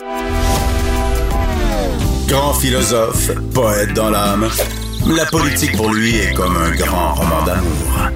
Grand philosophe, poète dans l'âme, la politique pour lui est comme un grand roman d'amour.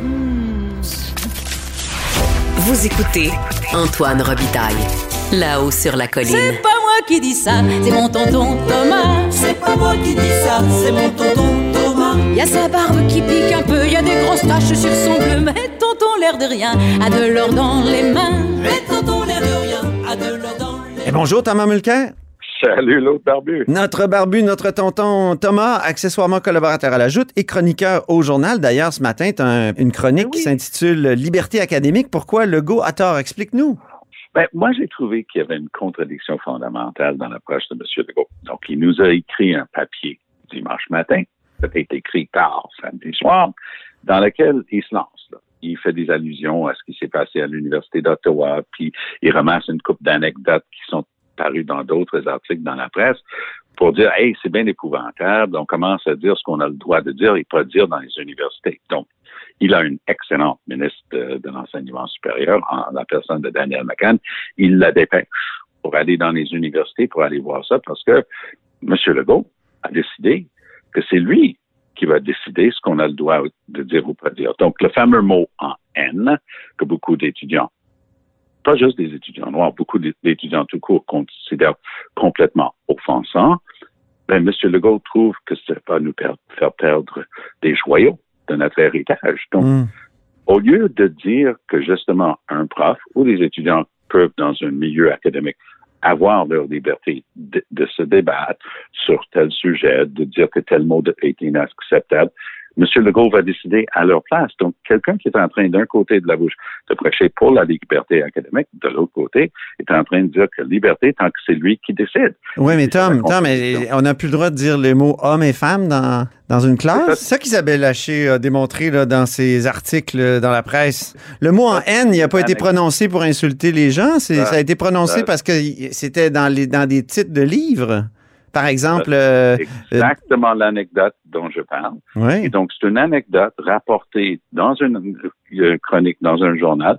Vous écoutez Antoine Robitaille, là-haut sur la colline. C'est pas moi qui dis ça, c'est mon tonton Thomas. C'est pas moi qui dis ça, c'est mon tonton Thomas. Y a sa barbe qui pique un peu, y a des grosses taches sur son bleu, mais tonton l'air de rien a de l'or dans les mains. Mais tonton l'air de rien a de l'or dans les mains. Et bonjour Thomas Mulcair. Salut l'autre barbu. Notre barbu, notre tonton Thomas, accessoirement collaborateur à la Joute et chroniqueur au journal. D'ailleurs, ce matin, tu as une chronique qui s'intitule « Liberté académique. Pourquoi Legault a tort ». Explique-nous. Moi, j'ai trouvé qu'il y avait une contradiction fondamentale dans l'approche de M. Legault. Donc, il nous a écrit un papier dimanche matin, peut-être écrit tard samedi soir, dans lequel il se lance. Là. Il fait des allusions à ce qui s'est passé à l'Université d'Ottawa, puis il ramasse une couple d'anecdotes qui sont paru dans d'autres articles dans la presse pour dire « Hey, c'est bien épouvantable, on commence à dire ce qu'on a le droit de dire et pas dire dans les universités. » Donc, il a une excellente ministre de l'enseignement supérieur, en la personne de Danielle McCann. Il la dépêche pour aller dans les universités, pour aller voir ça, parce que M. Legault a décidé que c'est lui qui va décider ce qu'on a le droit de dire ou pas dire. Donc, le fameux mot en haine que beaucoup d'étudiants, pas juste des étudiants noirs, beaucoup d'étudiants tout court considèrent complètement offensant, M. Legault trouve que ça va nous faire perdre des joyaux de notre héritage. Donc, au lieu de dire que justement un prof ou des étudiants peuvent, dans un milieu académique, avoir leur liberté de se débattre sur tel sujet, de dire que tel mot est inacceptable, M. Legault va décider à leur place. Donc, quelqu'un qui est en train, d'un côté de la bouche, de prêcher pour la liberté académique, de l'autre côté, est en train de dire que liberté, tant que c'est lui qui décide. Oui, mais Tom, on n'a plus le droit de dire les mots hommes et femmes dans une classe. C'est ça qu'Isabelle Haché a démontré là, dans ses articles dans la presse. Le mot en haine, il n'a pas été prononcé pour insulter les gens. Ça a été prononcé parce que c'était dans des titres de livres. Par exemple... exactement l'anecdote dont je parle. Oui. Et donc, c'est une anecdote rapportée dans une chronique, dans un journal,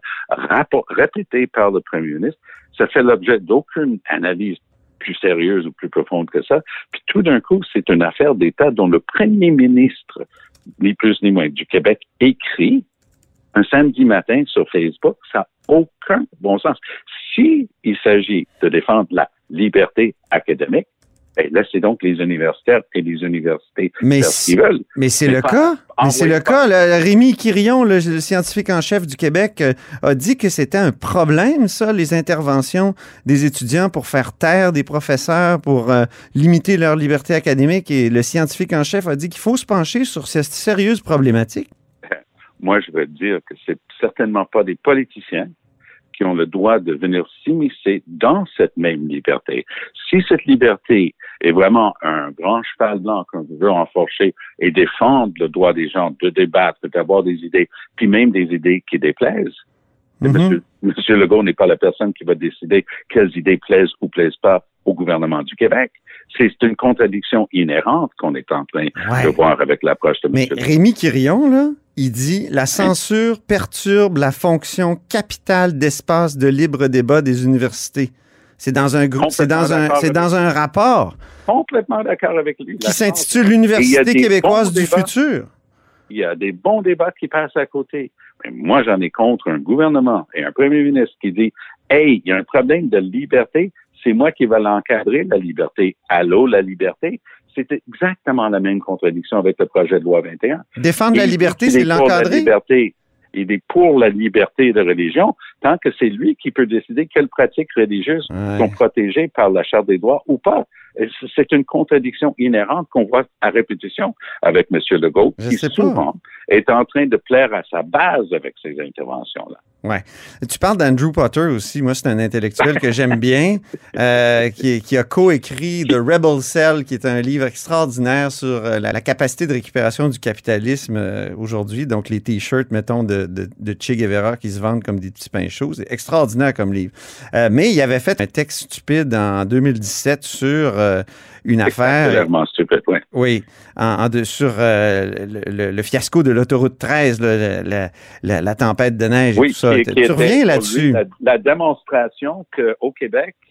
répétée par le premier ministre. Ça fait l'objet d'aucune analyse plus sérieuse ou plus profonde que ça. Puis tout d'un coup, c'est une affaire d'État dont le premier ministre, ni plus ni moins, du Québec, écrit un samedi matin sur Facebook. Ça n'a aucun bon sens. Si il s'agit de défendre la liberté académique, laissez donc les universitaires et les universités faire ce qu'ils veulent. Mais c'est le cas. Mais c'est le cas. Rémi Quirion, le scientifique en chef du Québec, a dit que c'était un problème, ça, les interventions des étudiants pour faire taire des professeurs, pour limiter leur liberté académique. Et le scientifique en chef a dit qu'il faut se pencher sur cette sérieuse problématique. Moi, je vais te dire que c'est certainement pas des politiciens qui ont le droit de venir s'immiscer dans cette même liberté. Si cette liberté est vraiment un grand cheval blanc qu'on veut enfourcher et défendre le droit des gens de débattre, d'avoir des idées, puis même des idées qui déplaisent, M. Legault n'est pas la personne qui va décider quelles idées plaisent ou plaisent pas au gouvernement du Québec. C'est une contradiction inhérente qu'on est en train de voir avec l'approche de M. Legault. Mais Rémi Quirion, là, il dit « La censure perturbe la fonction capitale d'espace de libre débat des universités ». C'est dans un groupe, c'est dans un rapport. Complètement d'accord avec lui. Qui s'intitule l'Université québécoise du futur. Il y a des bons débats qui passent à côté. Mais moi, j'en ai contre un gouvernement et un premier ministre qui dit « Hey, il y a un problème de liberté, c'est moi qui vais l'encadrer, la liberté. Allô, la liberté? » C'est exactement la même contradiction avec le projet de loi 21. Défendre la liberté, c'est l'encadrer? Il est pour la liberté de religion, tant que c'est lui qui peut décider quelles pratiques religieuses sont protégées par la Charte des droits ou pas. C'est une contradiction inhérente qu'on voit à répétition avec M. Legault, qui souvent est en train de plaire à sa base avec ces interventions-là. Ouais. Tu parles d'Andrew Potter aussi. Moi, c'est un intellectuel que j'aime bien, qui a coécrit The Rebel Cell, qui est un livre extraordinaire sur la capacité de récupération du capitalisme aujourd'hui. Donc, les T-shirts, mettons, de Che Guevara qui se vendent comme des petits pains chauds. C'est extraordinaire comme livre. Mais il avait fait un texte stupide en 2017 sur une affaire... Clairement stupide, oui. Oui, sur le fiasco de l'autoroute 13, la tempête de neige et tout ça. Tu reviens là-dessus? La démonstration qu'au Québec,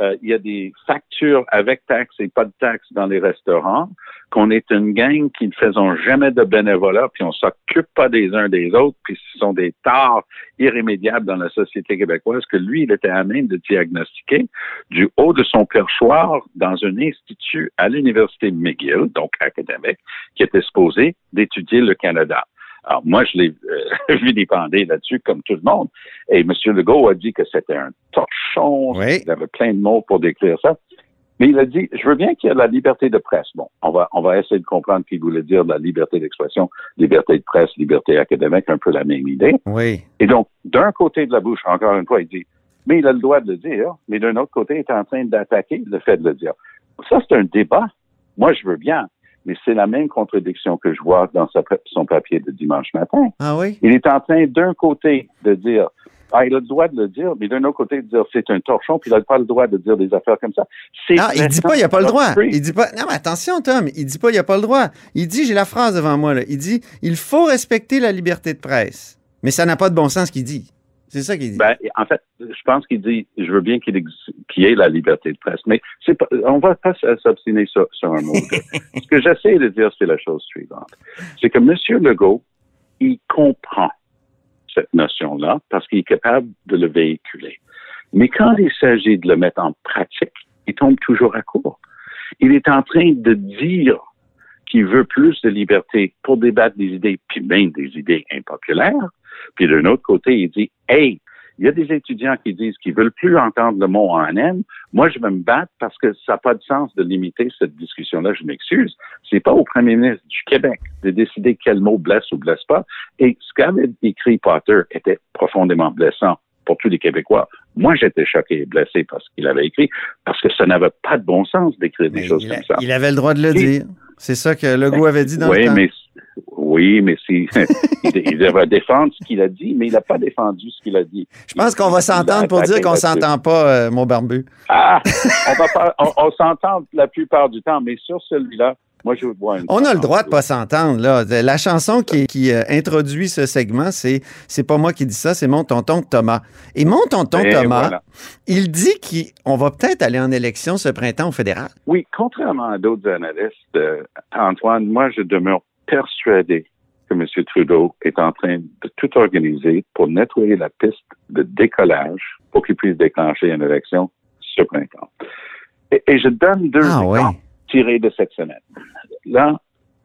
il y a des factures avec taxes et pas de taxes dans les restaurants, qu'on est une gang qui ne faisons jamais de bénévolat, puis on s'occupe pas des uns des autres, puis ce sont des torts irrémédiables dans la société québécoise que lui, il était à même de diagnostiquer du haut de son perchoir dans un institut à l'Université McGill, donc académique, qui était supposé d'étudier le Canada. Alors, moi, je l'ai vilipendé là-dessus, comme tout le monde. Et M. Legault a dit que c'était un torchon. Oui. Il avait plein de mots pour décrire ça. Mais il a dit, je veux bien qu'il y ait la liberté de presse. Bon, on va essayer de comprendre qu'il voulait dire la liberté d'expression, liberté de presse, liberté académique, un peu la même idée. Oui. Et donc, d'un côté de la bouche, encore une fois, il dit, mais il a le droit de le dire, mais d'un autre côté, il est en train d'attaquer le fait de le dire. Ça, c'est un débat. Moi, je veux bien. Mais c'est la même contradiction que je vois dans son papier de dimanche matin. Ah oui? Il est en train, d'un côté, de dire, il a le droit de le dire, mais d'un autre côté, de dire, c'est un torchon, puis il n'a pas le droit de dire des affaires comme ça. Non, il dit pas, il n'a pas le droit. Il dit pas, non, mais attention, Tom, il dit pas, il n'a pas le droit. Il dit, j'ai la phrase devant moi, là. Il dit, il faut respecter la liberté de presse. Mais ça n'a pas de bon sens ce qu'il dit. C'est ça qu'il dit. Ben, en fait, je pense qu'il dit, je veux bien qu'il y ait la liberté de presse, mais c'est pas, on va pas s'obstiner sur un mot. Ce que j'essaie de dire, c'est la chose suivante. C'est que M. Legault, il comprend cette notion-là parce qu'il est capable de le véhiculer. Mais quand il s'agit de le mettre en pratique, il tombe toujours à court. Il est en train de dire qu'il veut plus de liberté pour débattre des idées, puis même des idées impopulaires. Puis d'un autre côté, il dit, hey, il y a des étudiants qui disent qu'ils veulent plus entendre le mot ANM. Moi, je vais me battre parce que ça n'a pas de sens de limiter cette discussion-là. Je m'excuse. C'est pas au premier ministre du Québec de décider quel mot blesse ou blesse pas. Et ce qu'avait écrit Potter était profondément blessant pour tous les Québécois. Moi, j'étais choqué et blessé par ce qu'il avait écrit parce que ça n'avait pas de bon sens d'écrire des choses comme ça. Il avait le droit de le dire. C'est ça que Legault avait dit dans le temps. Oui, mais il devrait défendre ce qu'il a dit, mais il n'a pas défendu ce qu'il a dit. Je pense qu'on va s'entendre pour dire qu'on s'entend pas, mon barbu. On s'entend la plupart du temps, mais sur celui-là, moi, je veux voir une... On a le droit de pas s'entendre, là. La chanson qui introduit ce segment, c'est pas moi qui dis ça, c'est mon tonton Thomas. Et mon tonton Thomas, voilà. Il dit qu'on va peut-être aller en élection ce printemps au fédéral. Oui, contrairement à d'autres analystes, Antoine, moi, je demeure persuadé que M. Trudeau est en train de tout organiser pour nettoyer la piste de décollage pour qu'il puisse déclencher une élection ce printemps. Et je donne deux exemples tirés de cette semaine. Là,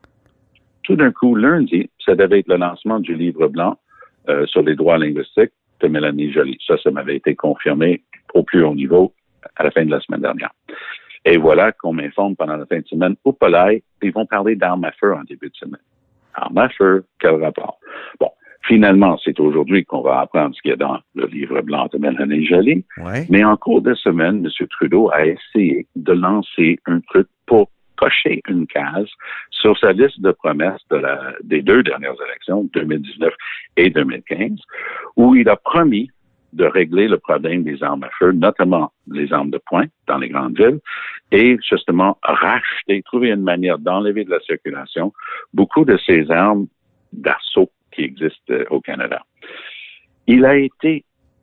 tout d'un coup, lundi, ça devait être le lancement du livre blanc sur les droits linguistiques de Mélanie Joly. Ça m'avait été confirmé au plus haut niveau à la fin de la semaine dernière. Et voilà qu'on m'informe pendant la fin de semaine, au Polaï, ils vont parler d'armes à feu en début de semaine. Armes à feu, quel rapport? Bon, finalement, c'est aujourd'hui qu'on va apprendre ce qu'il y a dans le livre blanc de Mélanie Joly. Ouais. Mais en cours de semaine, M. Trudeau a essayé de lancer un truc pour cocher une case sur sa liste de promesses des deux dernières élections, 2019 et 2015, où il a promis de régler le problème des armes à feu, notamment les armes de poing dans les grandes villes, et justement trouver une manière d'enlever de la circulation beaucoup de ces armes d'assaut qui existent au Canada. Il a été,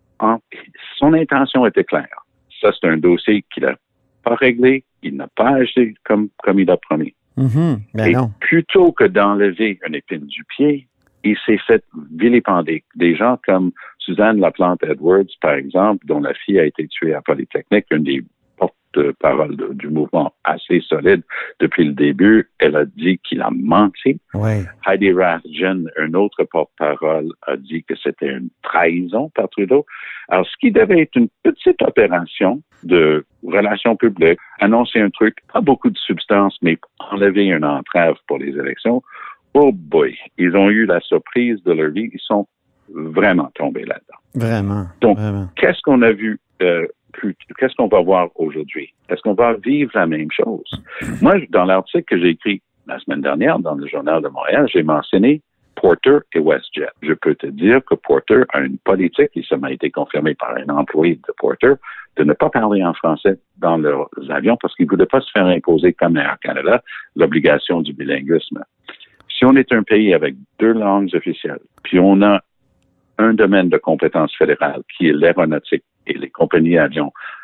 son intention était claire. Ça, c'est un dossier qu'il n'a pas réglé, il n'a pas agi comme il a promis. Mm-hmm. Et plutôt que d'enlever une épine du pied, il s'est fait vilipender. Des gens comme Suzanne Laplante-Edwards, par exemple, dont la fille a été tuée à Polytechnique, une des porte-paroles du mouvement assez solide depuis le début, elle a dit qu'il a menti. Ouais. Heidi Rathjen, un autre porte-parole, a dit que c'était une trahison par Trudeau. Alors, ce qui devait être une petite opération de relations publiques, annoncer un truc, pas beaucoup de substance, mais enlever une entrave pour les élections, oh boy, ils ont eu la surprise de leur vie. Ils sont vraiment tombés là-dedans. Vraiment. Donc, vraiment. Qu'est-ce qu'on a vu, qu'est-ce qu'on va voir aujourd'hui? Est-ce qu'on va vivre la même chose? Moi, dans l'article que j'ai écrit la semaine dernière dans le Journal de Montréal, j'ai mentionné Porter et WestJet. Je peux te dire que Porter a une politique, et ça m'a été confirmé par un employé de Porter, de ne pas parler en français dans leurs avions parce qu'ils ne voulaient pas se faire imposer, comme Air Canada, l'obligation du bilinguisme. Si on est un pays avec deux langues officielles, puis on a un domaine de compétence fédérale qui est l'aéronautique et les compagnies avions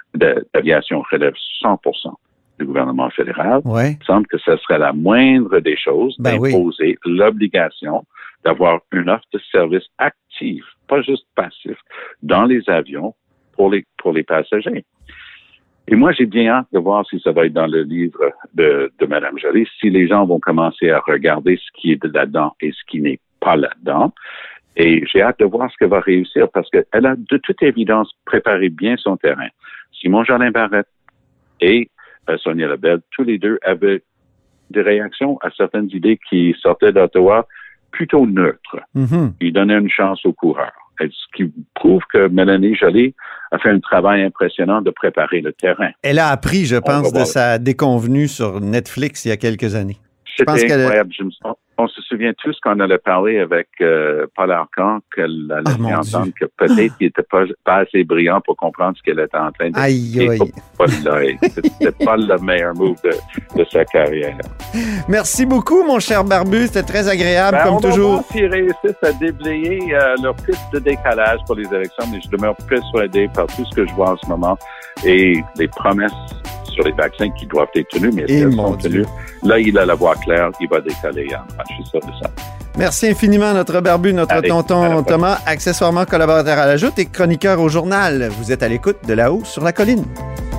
d'aviation relève 100% du gouvernement fédéral. Ouais. Il semble que ce serait la moindre des choses d'imposer l'obligation d'avoir une offre de service active, pas juste passif, dans les avions pour les passagers. Et moi, j'ai bien hâte de voir si ça va être dans le livre de Mme Joly, si les gens vont commencer à regarder ce qui est là-dedans et ce qui n'est pas là-dedans. Et j'ai hâte de voir ce qu'elle va réussir parce qu'elle a de toute évidence préparé bien son terrain. Simon Jolin Barrette et Sonia Lebel, tous les deux avaient des réactions à certaines idées qui sortaient d'Ottawa plutôt neutres. Mm-hmm. Ils donnaient une chance aux coureurs. Ce qui prouve que Mélanie Joly a fait un travail impressionnant de préparer le terrain. Elle a appris, je pense, de sa déconvenue sur Netflix il y a quelques années. C'était incroyable. On se souvient tous qu'on allait parler avec Paul Arcand, qu'elle allait entendre que peut-être qu'il n'était pas assez brillant pour comprendre ce qu'elle était en train de dire. Aïe. C'était pas le meilleur move de sa carrière. Merci beaucoup, mon cher Barbu. C'était très agréable, comme toujours. On va voir s'ils réussissent à déblayer leur piste de décalage pour les élections, mais je demeure persuadé par tout ce que je vois en ce moment et les promesses sur les vaccins qui doivent être tenus, mais elles sont tenues. Là, il a la voix claire, il va décaler. Je suis sûr de ça. Merci infiniment, notre Barbu, notre tonton Thomas, accessoirement collaborateur à la Joute et chroniqueur au journal. Vous êtes à l'écoute de Là-haut sur la colline.